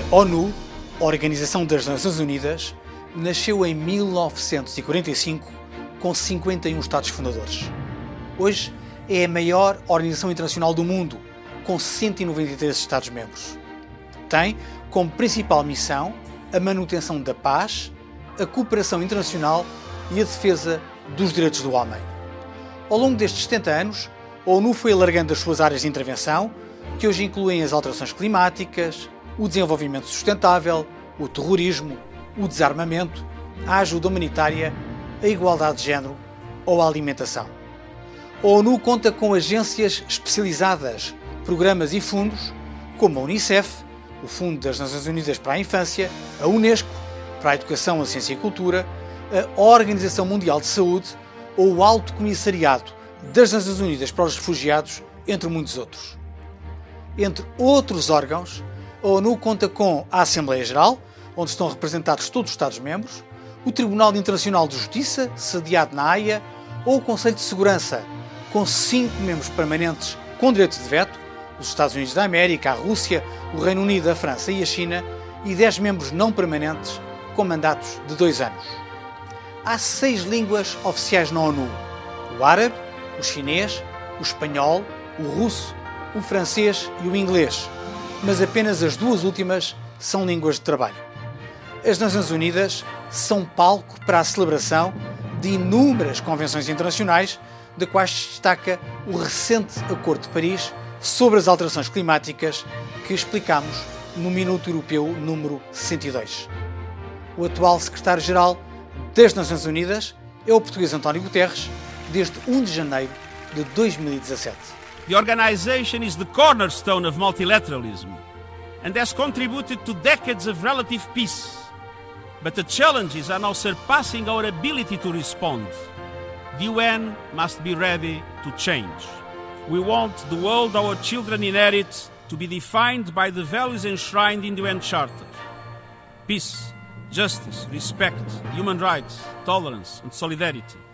ONU, Organização das Nações Unidas, nasceu em 1945 com 51 Estados fundadores. Hoje é a maior organização internacional do mundo, com 193 Estados-membros. Tem como principal missão a manutenção da paz, a cooperação internacional e a defesa dos direitos do homem. Ao longo destes 70 anos, a ONU foi alargando as suas áreas de intervenção, que hoje incluem as alterações climáticas, o desenvolvimento sustentável, o terrorismo, o desarmamento, a ajuda humanitária, a igualdade de género ou a alimentação. A ONU conta com agências especializadas, programas e fundos, como a Unicef, o Fundo das Nações Unidas para a Infância, a Unesco, para a Educação, a Ciência e a Cultura, a Organização Mundial de Saúde ou o Alto Comissariado das Nações Unidas para os Refugiados, entre muitos outros. Entre outros órgãos, a ONU conta com a Assembleia Geral, onde estão representados todos os Estados-membros, o Tribunal Internacional de Justiça, sediado na Haia, ou o Conselho de Segurança, com 5 membros permanentes com direito de veto, os Estados Unidos da América, a Rússia, o Reino Unido, a França e a China, e 10 membros não permanentes com mandatos de 2 anos. Há 6 línguas oficiais na ONU: o árabe, o chinês, o espanhol, o russo, o francês e o inglês, mas apenas as 2 últimas são línguas de trabalho. As Nações Unidas são palco para a celebração de inúmeras convenções internacionais, de quais se destaca o recente Acordo de Paris sobre as alterações climáticas que explicamos no Minuto Europeu número 102. O atual secretário-geral das Nações Unidas é o português António Guterres, desde 1 de janeiro de 2017. The organization is the cornerstone of multilateralism and has contributed to decades of relative peace. But the challenges are now surpassing our ability to respond. The UN must be ready to change. We want the world our children inherit to be defined by the values enshrined in the UN Charter: peace, justice, respect, human rights, tolerance and solidarity.